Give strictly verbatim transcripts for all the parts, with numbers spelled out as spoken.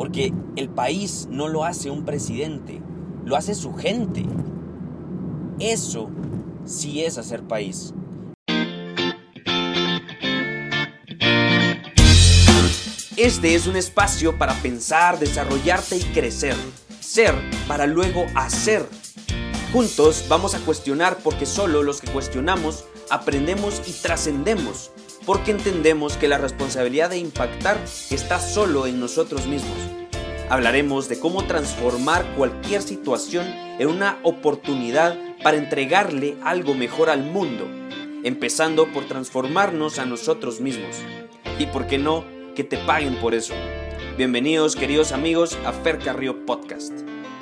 Porque el país no lo hace un presidente, lo hace su gente. Eso sí es hacer país. Este es un espacio para pensar, desarrollarte y crecer. Ser para luego hacer. Juntos vamos a cuestionar porque solo los que cuestionamos aprendemos y trascendemos. Porque entendemos que la responsabilidad de impactar está solo en nosotros mismos. Hablaremos de cómo transformar cualquier situación en una oportunidad para entregarle algo mejor al mundo, empezando por transformarnos a nosotros mismos. Y por qué no, que te paguen por eso. Bienvenidos, queridos amigos, a Fer Carrillo Podcast.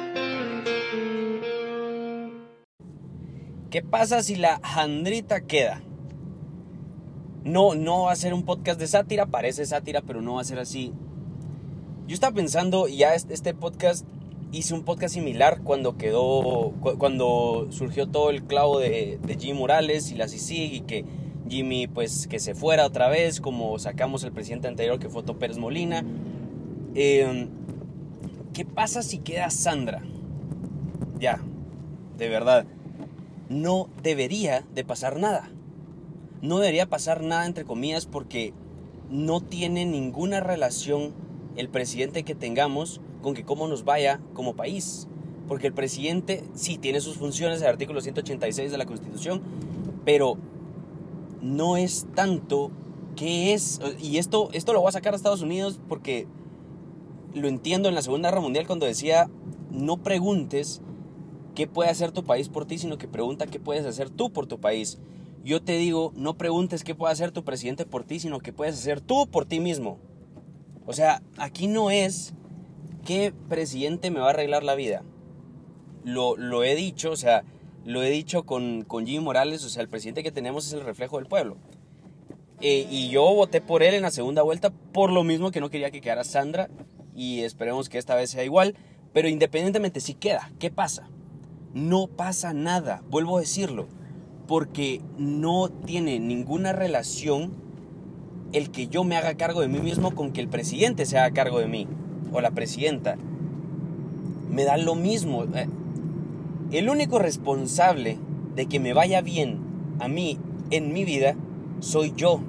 ¿Qué pasa si la Jandrita queda? No, no va a ser un podcast de sátira, parece sátira, pero no va a ser así. Yo estaba pensando, ya este podcast, hice un podcast similar cuando quedó, cuando surgió todo el clavo de, de Jimmy Morales y la C I C I G y que Jimmy pues que se fuera otra vez, como sacamos el presidente anterior que fue Otto Pérez Molina. Eh, ¿Qué pasa si queda Sandra? Ya, de verdad, no debería de pasar nada. No debería pasar nada entre comillas porque no tiene ninguna relación el presidente que tengamos con que cómo nos vaya como país. Porque el presidente sí tiene sus funciones, el artículo ciento ochenta y seis de la Constitución, pero no es tanto que es, y esto, esto lo voy a sacar a Estados Unidos porque lo entiendo en la Segunda Guerra Mundial cuando decía, no preguntes qué puede hacer tu país por ti, sino que pregunta qué puedes hacer tú por tu país. Yo te digo, no preguntes qué puede hacer tu presidente por ti, sino qué puedes hacer tú por ti mismo. O sea, aquí no es qué presidente me va a arreglar la vida. Lo, lo he dicho, o sea, lo he dicho con, con Jimmy Morales, o sea, el presidente que tenemos es el reflejo del pueblo. Eh, y yo voté por él en la segunda vuelta por lo mismo que no quería que quedara Sandra y esperemos que esta vez sea igual. Pero independientemente si queda, ¿qué pasa? No pasa nada, vuelvo a decirlo. Porque no tiene ninguna relación el que yo me haga cargo de mí mismo con que el presidente se haga cargo de mí o la presidenta. Me da lo mismo. El único responsable de que me vaya bien a mí en mi vida soy yo.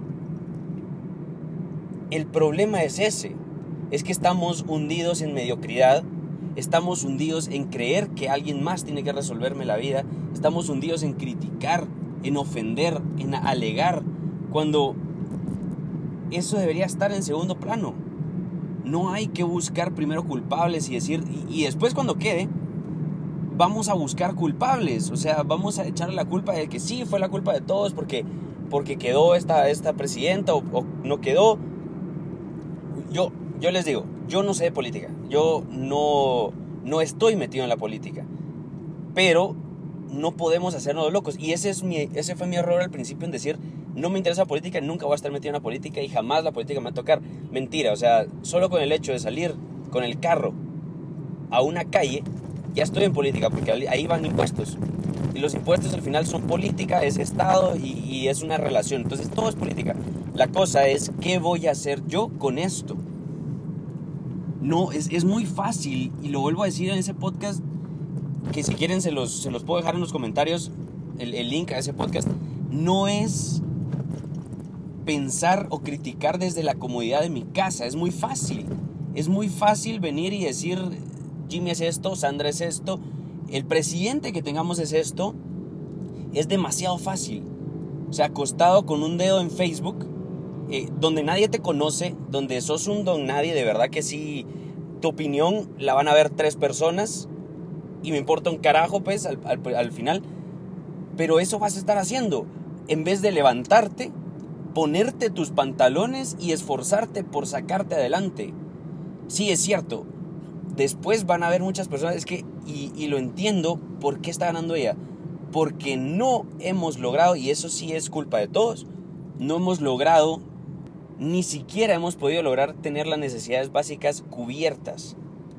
El problema es ese. Es que estamos hundidos en mediocridad. Estamos hundidos en creer que alguien más tiene que resolverme la vida. Estamos hundidos en criticar, en ofender, en alegar, cuando eso debería estar en segundo plano. No hay que buscar primero culpables y decir, y, y después cuando quede, vamos a buscar culpables. O sea, vamos a echarle la culpa de que sí, fue la culpa de todos porque, porque quedó esta, esta presidenta o, o no quedó. Yo, yo les digo, yo no sé de política. Yo no, no estoy metido en la política. Pero no podemos hacernos locos. Y ese, es mi, ese fue mi error al principio en decir, no me interesa la política, nunca voy a estar metido en la política y jamás la política me va a tocar. Mentira, o sea, solo con el hecho de salir con el carro a una calle, ya estoy en política, porque ahí van impuestos. Y los impuestos al final son política, es Estado y, y es una relación. Entonces todo es política. La cosa es, ¿qué voy a hacer yo con esto? No, es, es muy fácil, y lo vuelvo a decir en ese podcast, que si quieren se los, se los puedo dejar en los comentarios, el, el link a ese podcast. No es pensar o criticar desde la comodidad de mi casa, es muy fácil. Es muy fácil venir y decir, Jimmy es esto, Sandra es esto, el presidente que tengamos es esto. Es demasiado fácil. O sea, acostado con un dedo en Facebook, eh, donde nadie te conoce, donde sos un don nadie, de verdad que sí, tu opinión la van a ver tres personas y me importa un carajo, pues, al, al, al final. Pero eso vas a estar haciendo, en vez de levantarte, ponerte tus pantalones y esforzarte por sacarte adelante. Sí, es cierto, después van a haber muchas personas, es que, y, y lo entiendo, ¿por qué está ganando ella? Porque no hemos logrado, y eso sí es culpa de todos, no hemos logrado, ni siquiera hemos podido lograr tener las necesidades básicas cubiertas.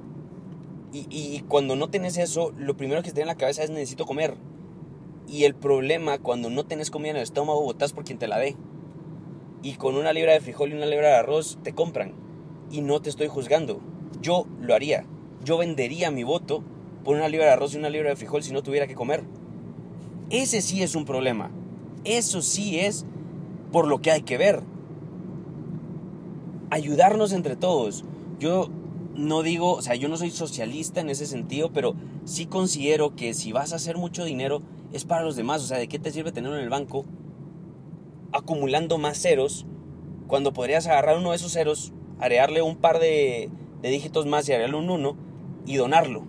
Y, y, y cuando no tenés eso, lo primero que te viene en la cabeza es necesito comer. Y el problema, cuando no tenés comida en el estómago, votás por quien te la dé. Y con una libra de frijol y una libra de arroz te compran. Y no te estoy juzgando. yo lo haría. Yo vendería mi voto por una libra de arroz y una libra de frijol si no tuviera que comer. Ese sí es un problema. Eso sí es por lo que hay que ver. Ayudarnos entre todos. Yo no digo, o sea, yo no soy socialista en ese sentido, pero sí considero que si vas a hacer mucho dinero es para los demás. O sea, ¿de qué te sirve tenerlo en el banco acumulando más ceros cuando podrías agarrar uno de esos ceros, agregarle un par de, de dígitos más y agregarle un uno y donarlo?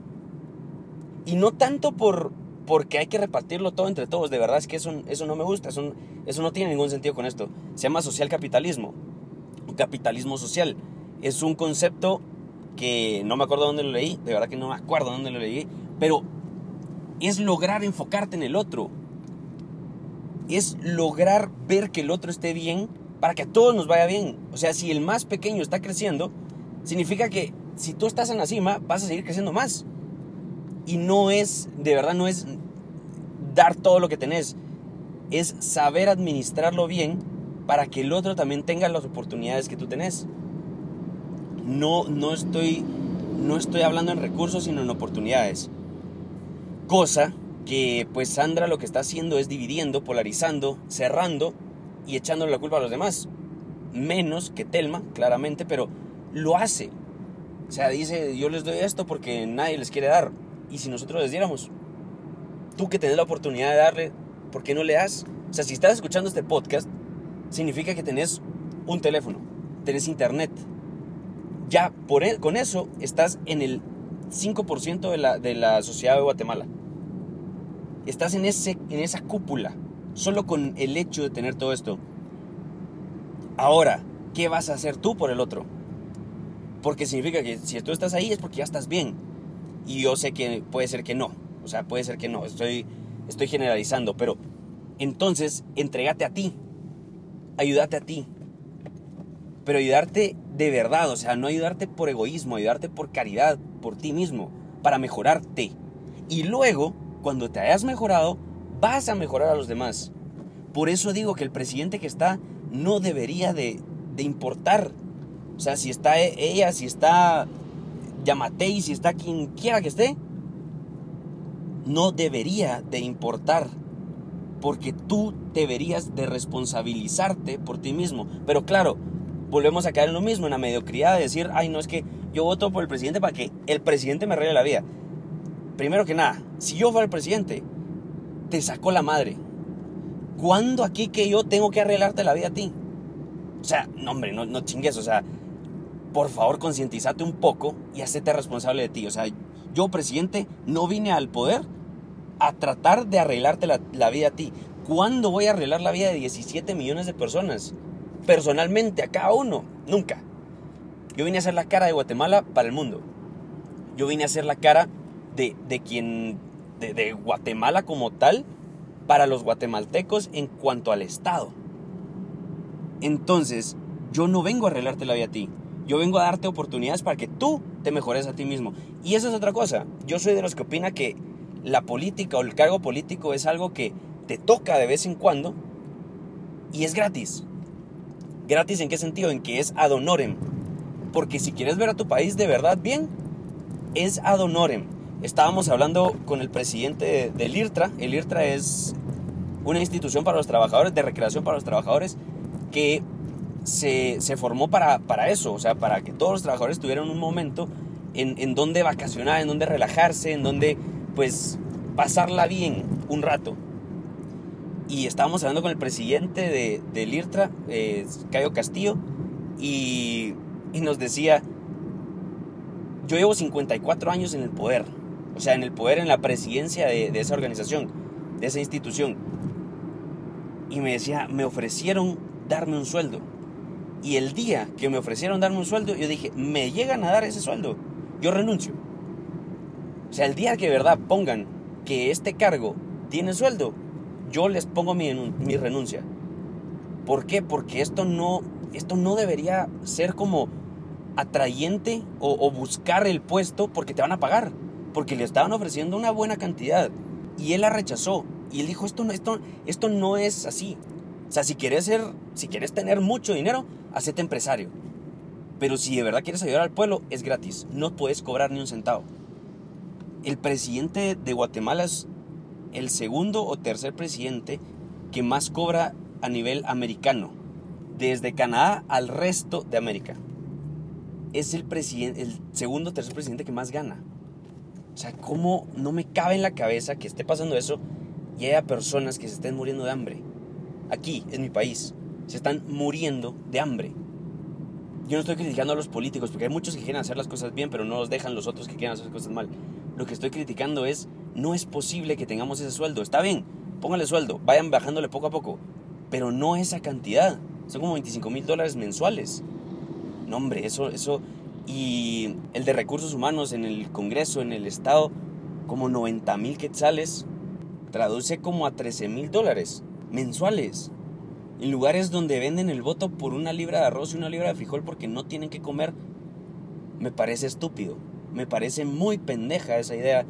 Y no tanto por porque hay que repartirlo todo entre todos. De verdad es que eso, eso no me gusta. Eso, eso no tiene ningún sentido con esto. Se llama social capitalismo. Capitalismo social. Es un concepto que no me acuerdo dónde lo leí. De verdad que no me acuerdo dónde lo leí. Pero es lograr enfocarte en el otro. Es lograr ver que el otro esté bien para que a todos nos vaya bien. O sea, si el más pequeño está creciendo, significa que si tú estás en la cima, vas a seguir creciendo más. Y no es, de verdad, no es dar todo lo que tenés. Es saber administrarlo bien para que el otro también tenga las oportunidades que tú tenés. No, no estoy, no estoy hablando en recursos, sino en oportunidades. Cosa que, pues, Sandra lo que está haciendo es dividiendo, polarizando, cerrando y echándole la culpa a los demás. Menos que Telma, claramente, pero lo hace. O sea, dice, yo les doy esto porque nadie les quiere dar. ¿Y si nosotros les diéramos? Tú que tenés la oportunidad de darle, ¿por qué no le das? O sea, si estás escuchando este podcast, significa que tenés un teléfono, tenés internet. Ya por el, con eso estás en el cinco por ciento de la, de la sociedad de Guatemala. Estás en, ese, en esa cúpula, solo con el hecho de tener todo esto. Ahora, ¿qué vas a hacer tú por el otro? Porque significa que si tú estás ahí es porque ya estás bien. Y yo sé que puede ser que no. O sea, puede ser que no. Estoy, estoy generalizando. Pero entonces, entrégate a ti. Ayúdate a ti. Pero ayudarte de verdad. O sea, no ayudarte por egoísmo. Ayudarte por caridad. Por ti mismo. Para mejorarte. Y luego, cuando te hayas mejorado, vas a mejorar a los demás. Por eso digo que el presidente que está no debería de, de importar. O sea, si está ella, si está Yamatei, si está quien quiera que esté, no debería de importar, porque tú deberías de responsabilizarte por ti mismo. Pero claro, volvemos a caer en lo mismo, en la mediocridad de decir, ay, no, es que yo voto por el presidente para que el presidente me arregle la vida. Primero que nada, si yo fuera el presidente, te sacó la madre. ¿Cuándo aquí que yo tengo que arreglarte la vida a ti? O sea, no, hombre, no, no chingues, o sea, por favor, concientízate un poco y hacete responsable de ti. O sea, yo, presidente, no vine al poder a tratar de arreglarte la, la vida a ti. ¿Cuándo voy a arreglar la vida de diecisiete millones de personas? Personalmente, a cada uno. Nunca. Yo vine a hacer la cara de Guatemala para el mundo. Yo vine a hacer la cara de, de quien... De, de Guatemala como tal para los guatemaltecos en cuanto al Estado. Entonces, yo no vengo a arreglarte la vida a ti. Yo vengo a darte oportunidades para que tú te mejores a ti mismo. Y esa es otra cosa. Yo soy de los que opina que la política o el cargo político es algo que te toca de vez en cuando y es gratis. ¿Gratis en qué sentido? En que es ad honorem. Porque si quieres ver a tu país de verdad bien, es ad honorem. Estábamos hablando con el presidente del IRTRA. El IRTRA es una institución para los trabajadores, de recreación para los trabajadores, que Se, se formó para, para eso, o sea, para que todos los trabajadores tuvieran un momento en, en donde vacacionar, en donde relajarse, en donde, pues, pasarla bien un rato. Y estábamos hablando con el presidente de, del IRTRA, eh, Cayo Castillo, y, y nos decía, yo llevo cincuenta y cuatro años en el poder, o sea, en el poder, en la presidencia de, de esa organización, de esa institución. Y me decía, me ofrecieron darme un sueldo. Y el día que me ofrecieron darme un sueldo, yo dije, me llegan a dar ese sueldo, yo renuncio. O sea, el día que de verdad pongan que este cargo tiene sueldo, yo les pongo mi, mi renuncia. ¿Por qué? Porque esto no, esto no debería ser como atrayente o, o buscar el puesto porque te van a pagar. Porque le estaban ofreciendo una buena cantidad y él la rechazó. Y él dijo, esto no, esto, esto no es así. O sea, si quieres ser, si quieres tener mucho dinero, hacete empresario. Pero si de verdad quieres ayudar al pueblo, es gratis. No puedes cobrar ni un centavo. El presidente de Guatemala es el segundo o tercer presidente que más cobra a nivel americano. Desde Canadá al resto de América. Es el, presidente, el segundo o tercer presidente que más gana. O sea, ¿cómo no me cabe en la cabeza que esté pasando eso y haya personas que se estén muriendo de hambre? Aquí, en mi país, se están muriendo de hambre. Yo no estoy criticando a los políticos, porque hay muchos que quieren hacer las cosas bien, pero no los dejan los otros que quieren hacer las cosas mal. Lo que estoy criticando es, no es posible que tengamos ese sueldo. Está bien, pónganle sueldo, vayan bajándole poco a poco, pero no esa cantidad. Son como veinticinco mil dólares mensuales. No, hombre, eso, eso... Y el de recursos humanos en el Congreso, en el Estado, como noventa mil quetzales, traduce como a trece mil dólares mensuales. En lugares donde venden el voto por una libra de arroz y una libra de frijol porque no tienen que comer, me parece estúpido. Me parece muy pendeja esa idea.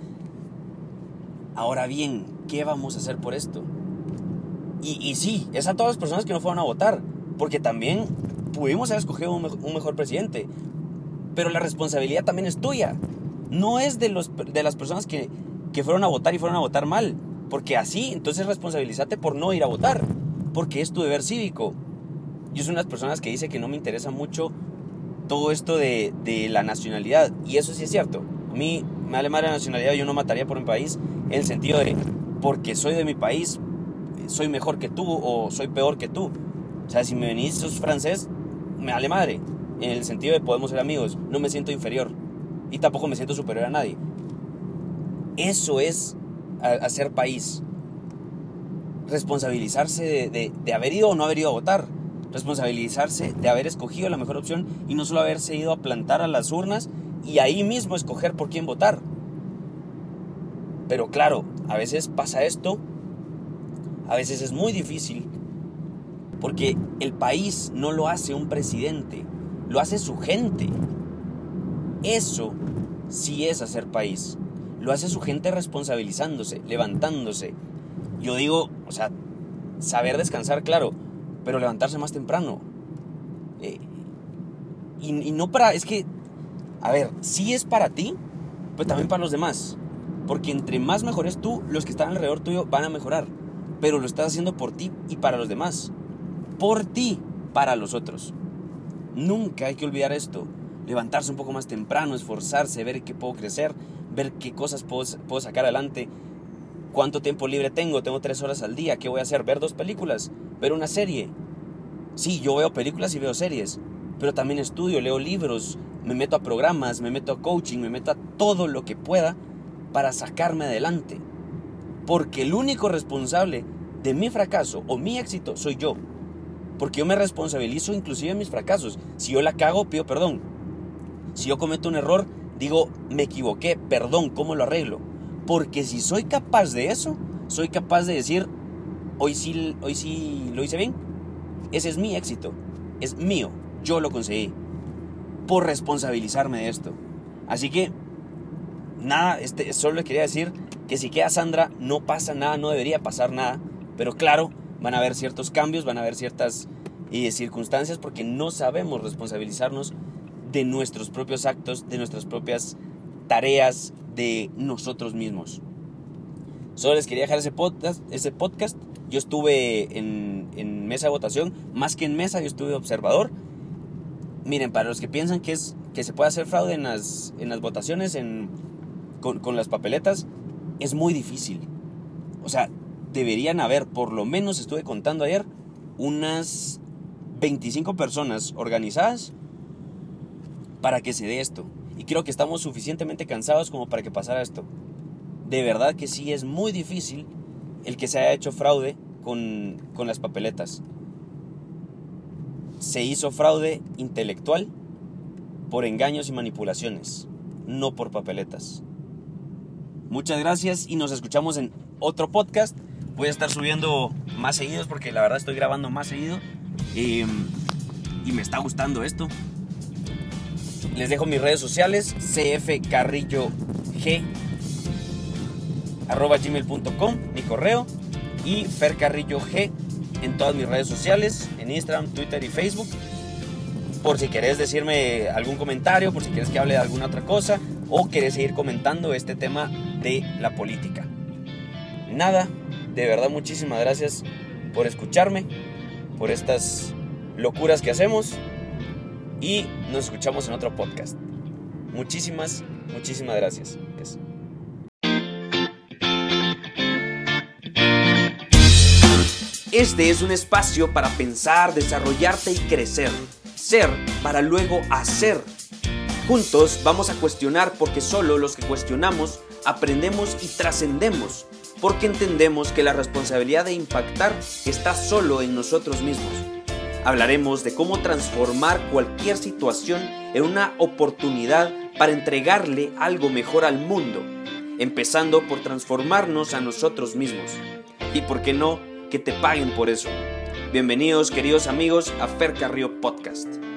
Ahora bien, ¿qué vamos a hacer por esto? Y, y sí, es a todas las personas que no fueron a votar, porque también pudimos haber escogido un, me- un mejor presidente. Pero la responsabilidad también es tuya. No es de, los, de las personas que, que fueron a votar y fueron a votar mal. Porque así, entonces responsabilízate por no ir a votar. Porque es tu deber cívico. Yo soy una de las personas que dice que no me interesa mucho todo esto de, de la nacionalidad. Y eso sí es cierto. A mí me vale madre la nacionalidad. Yo no mataría por mi país. En el sentido de, porque soy de mi país, soy mejor que tú o soy peor que tú. O sea, si me venís, sos francés, me vale madre. En el sentido de podemos ser amigos. No me siento inferior. Y tampoco me siento superior a nadie. Eso es hacer país. Responsabilizarse de, de, de haber ido o no haber ido a votar. Responsabilizarse de haber escogido la mejor opción y no solo haberse ido a plantar a las urnas y ahí mismo escoger por quién votar. Pero claro, a veces pasa esto, a veces es muy difícil, porque el país no lo hace un presidente, lo hace su gente. Eso sí es hacer país. Lo hace su gente responsabilizándose, levantándose. Yo digo, o sea, saber descansar, claro, pero levantarse más temprano. Eh, y, y no para, es que, a ver, sí es para ti, pero también para los demás. Porque entre más mejores tú, los que están alrededor tuyo van a mejorar. Pero lo estás haciendo por ti y para los demás. Por ti, para los otros. Nunca hay que olvidar esto. Levantarse un poco más temprano, esforzarse, ver qué puedo crecer, ver qué cosas puedo, puedo sacar adelante. ¿Cuánto tiempo libre tengo? Tengo tres horas al día. ¿Qué voy a hacer? ¿Ver dos películas? ¿Ver una serie? Sí, yo veo películas y veo series. Pero también estudio, leo libros, me meto a programas, me meto a coaching, me meto a todo lo que pueda para sacarme adelante. Porque el único responsable de mi fracaso o mi éxito soy yo. Porque yo me responsabilizo inclusive de mis fracasos. Si yo la cago, pido perdón. Si yo cometo un error, digo, me equivoqué, perdón, ¿cómo lo arreglo? Porque si soy capaz de eso, soy capaz de decir, hoy sí, hoy sí lo hice bien. Ese es mi éxito, es mío, yo lo conseguí. Por responsabilizarme de esto. Así que, nada, este, solo les quería decir que si queda Sandra, no pasa nada, no debería pasar nada. Pero claro, van a haber ciertos cambios, van a haber ciertas eh, circunstancias, porque no sabemos responsabilizarnos de nuestros propios actos, de nuestras propias tareas, de nosotros mismos. Solo les quería dejar ese podcast. Ese podcast. Yo estuve en, en mesa de votación, más que en mesa, yo estuve observador. Miren, para los que piensan que, es, que se puede hacer fraude en las, en las votaciones en, con, con las papeletas, es muy difícil. O sea, deberían haber, por lo menos estuve contando ayer, unas veinticinco personas organizadas para que se dé esto. Y creo que estamos suficientemente cansados como para que pasara esto. De verdad que sí es muy difícil el que se haya hecho fraude con, con las papeletas. Se hizo fraude intelectual por engaños y manipulaciones, no por papeletas. Muchas gracias y nos escuchamos en otro podcast. Voy a estar subiendo más seguidos porque la verdad estoy grabando más seguido eh, y me está gustando esto. Les dejo mis redes sociales, cfcarrillog arroba gmail punto com, mi correo, y fercarrillog en todas mis redes sociales, en Instagram, Twitter y Facebook. por si querés decirme algún comentario, por si quieres que hable de alguna otra cosa o querés seguir comentando este tema de la política. Nada, de verdad muchísimas gracias por escucharme, por estas locuras que hacemos y nos escuchamos en otro podcast. Muchísimas, muchísimas gracias. Este es un espacio para pensar, desarrollarte y crecer. Ser para luego hacer. Juntos vamos a cuestionar porque solo los que cuestionamos aprendemos y trascendemos. Porque entendemos que la responsabilidad de impactar está solo en nosotros mismos. Hablaremos de cómo transformar cualquier situación en una oportunidad para entregarle algo mejor al mundo, empezando por transformarnos a nosotros mismos. Y por qué no, que te paguen por eso. Bienvenidos, queridos amigos, a Fer Carrillo Podcast.